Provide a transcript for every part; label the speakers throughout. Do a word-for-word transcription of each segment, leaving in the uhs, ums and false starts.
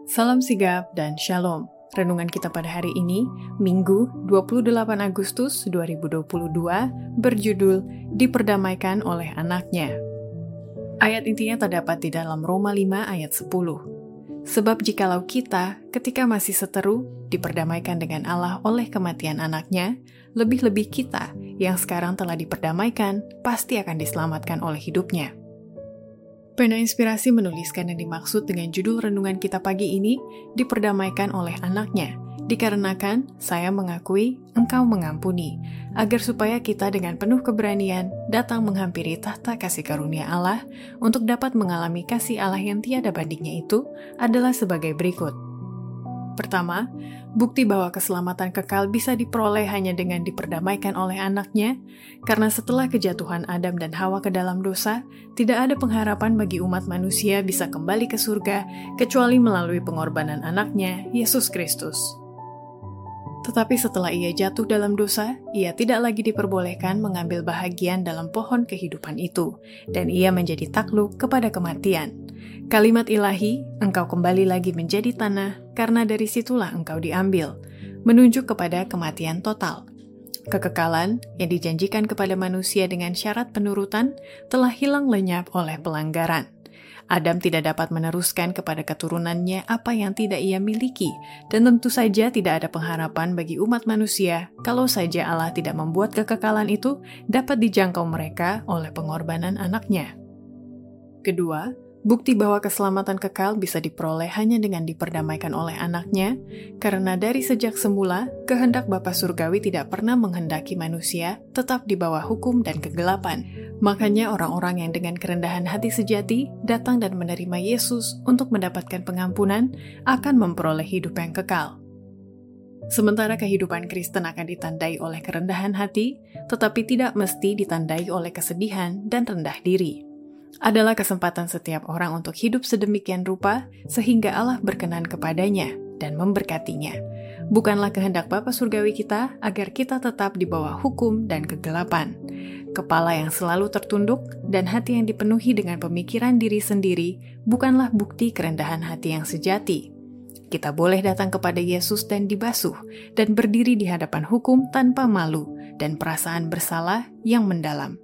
Speaker 1: Salam sigap dan shalom. Renungan kita pada hari ini, Minggu dua puluh delapan Agustus dua ribu dua puluh dua, berjudul Diperdamaikan oleh Anaknya. Ayat intinya terdapat di dalam Roma lima ayat sepuluh. Sebab jikalau kita, ketika masih seteru, diperdamaikan dengan Allah oleh kematian anaknya, lebih-lebih kita yang sekarang telah diperdamaikan, pasti akan diselamatkan oleh hidupnya. Pena Inspirasi menuliskan yang dimaksud dengan judul renungan kita pagi ini, diperdamaikan oleh anaknya, dikarenakan saya mengakui engkau mengampuni, agar supaya kita dengan penuh keberanian datang menghampiri tahta kasih karunia Allah untuk dapat mengalami kasih Allah yang tiada bandingnya itu adalah sebagai berikut. Pertama, bukti bahwa keselamatan kekal bisa diperoleh hanya dengan diperdamaikan oleh anaknya, karena setelah kejatuhan Adam dan Hawa ke dalam dosa, tidak ada pengharapan bagi umat manusia bisa kembali ke surga, kecuali melalui pengorbanan anaknya, Yesus Kristus. Tetapi setelah ia jatuh dalam dosa, ia tidak lagi diperbolehkan mengambil bahagian dalam pohon kehidupan itu, dan ia menjadi takluk kepada kematian. Kalimat ilahi, engkau kembali lagi menjadi tanah, karena dari situlah engkau diambil, menunjuk kepada kematian total. Kekekalan yang dijanjikan kepada manusia dengan syarat penurutan telah hilang lenyap oleh pelanggaran. Adam tidak dapat meneruskan kepada keturunannya apa yang tidak ia miliki, dan tentu saja tidak ada pengharapan bagi umat manusia kalau saja Allah tidak membuat kekekalan itu dapat dijangkau mereka oleh pengorbanan anaknya. Kedua, bukti bahwa keselamatan kekal bisa diperoleh hanya dengan diperdamaikan oleh anaknya, karena dari sejak semula, kehendak Bapa Surgawi tidak pernah menghendaki manusia tetap di bawah hukum dan kegelapan. Makanya orang-orang yang dengan kerendahan hati sejati datang dan menerima Yesus untuk mendapatkan pengampunan akan memperoleh hidup yang kekal. Sementara kehidupan Kristen akan ditandai oleh kerendahan hati, tetapi tidak mesti ditandai oleh kesedihan dan rendah diri. Adalah kesempatan setiap orang untuk hidup sedemikian rupa sehingga Allah berkenan kepadanya dan memberkatinya. Bukanlah kehendak Bapa Surgawi kita agar kita tetap di bawah hukum dan kegelapan. Kepala yang selalu tertunduk dan hati yang dipenuhi dengan pemikiran diri sendiri bukanlah bukti kerendahan hati yang sejati. Kita boleh datang kepada Yesus dan dibasuh dan berdiri di hadapan hukum tanpa malu dan perasaan bersalah yang mendalam.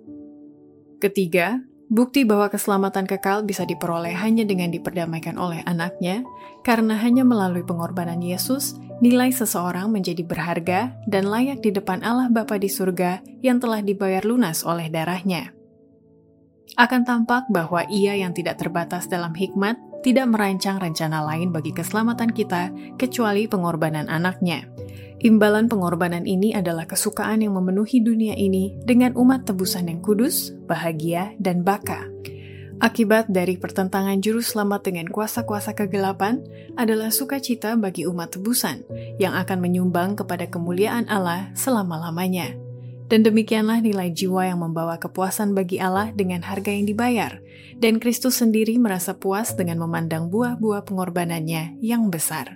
Speaker 1: Ketiga, bukti bahwa keselamatan kekal bisa diperoleh hanya dengan diperdamaikan oleh anaknya, karena hanya melalui pengorbanan Yesus, nilai seseorang menjadi berharga dan layak di depan Allah Bapa di surga yang telah dibayar lunas oleh darahnya. Akan tampak bahwa Ia yang tidak terbatas dalam hikmat tidak merancang rencana lain bagi keselamatan kita kecuali pengorbanan anaknya. Imbalan pengorbanan ini adalah kesukaan yang memenuhi dunia ini dengan umat tebusan yang kudus, bahagia, dan baka. Akibat dari pertentangan juru selamat dengan kuasa-kuasa kegelapan adalah sukacita bagi umat tebusan yang akan menyumbang kepada kemuliaan Allah selama-lamanya. Dan demikianlah nilai jiwa yang membawa kepuasan bagi Allah dengan harga yang dibayar, dan Kristus sendiri merasa puas dengan memandang buah-buah pengorbanannya yang besar.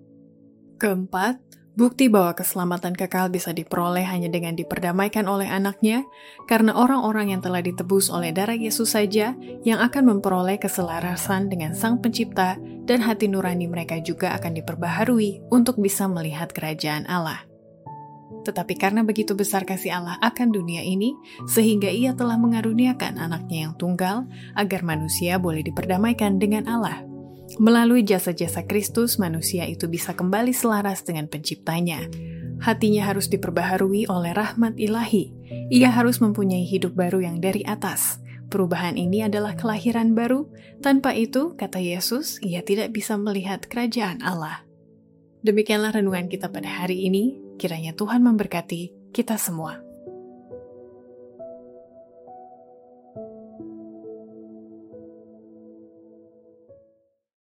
Speaker 1: Keempat, bukti bahwa keselamatan kekal bisa diperoleh hanya dengan diperdamaikan oleh anaknya, karena orang-orang yang telah ditebus oleh darah Yesus saja yang akan memperoleh keselarasan dengan Sang Pencipta, dan hati nurani mereka juga akan diperbaharui untuk bisa melihat kerajaan Allah. Tetapi karena begitu besar kasih Allah akan dunia ini, sehingga Ia telah mengaruniakan anaknya yang tunggal, agar manusia boleh diperdamaikan dengan Allah. Melalui jasa-jasa Kristus, manusia itu bisa kembali selaras dengan penciptanya. Hatinya harus diperbaharui oleh rahmat ilahi. Ia harus mempunyai hidup baru yang dari atas. Perubahan ini adalah kelahiran baru. Tanpa itu, kata Yesus, ia tidak bisa melihat kerajaan Allah. Demikianlah renungan kita pada hari ini. Kiranya Tuhan memberkati kita semua.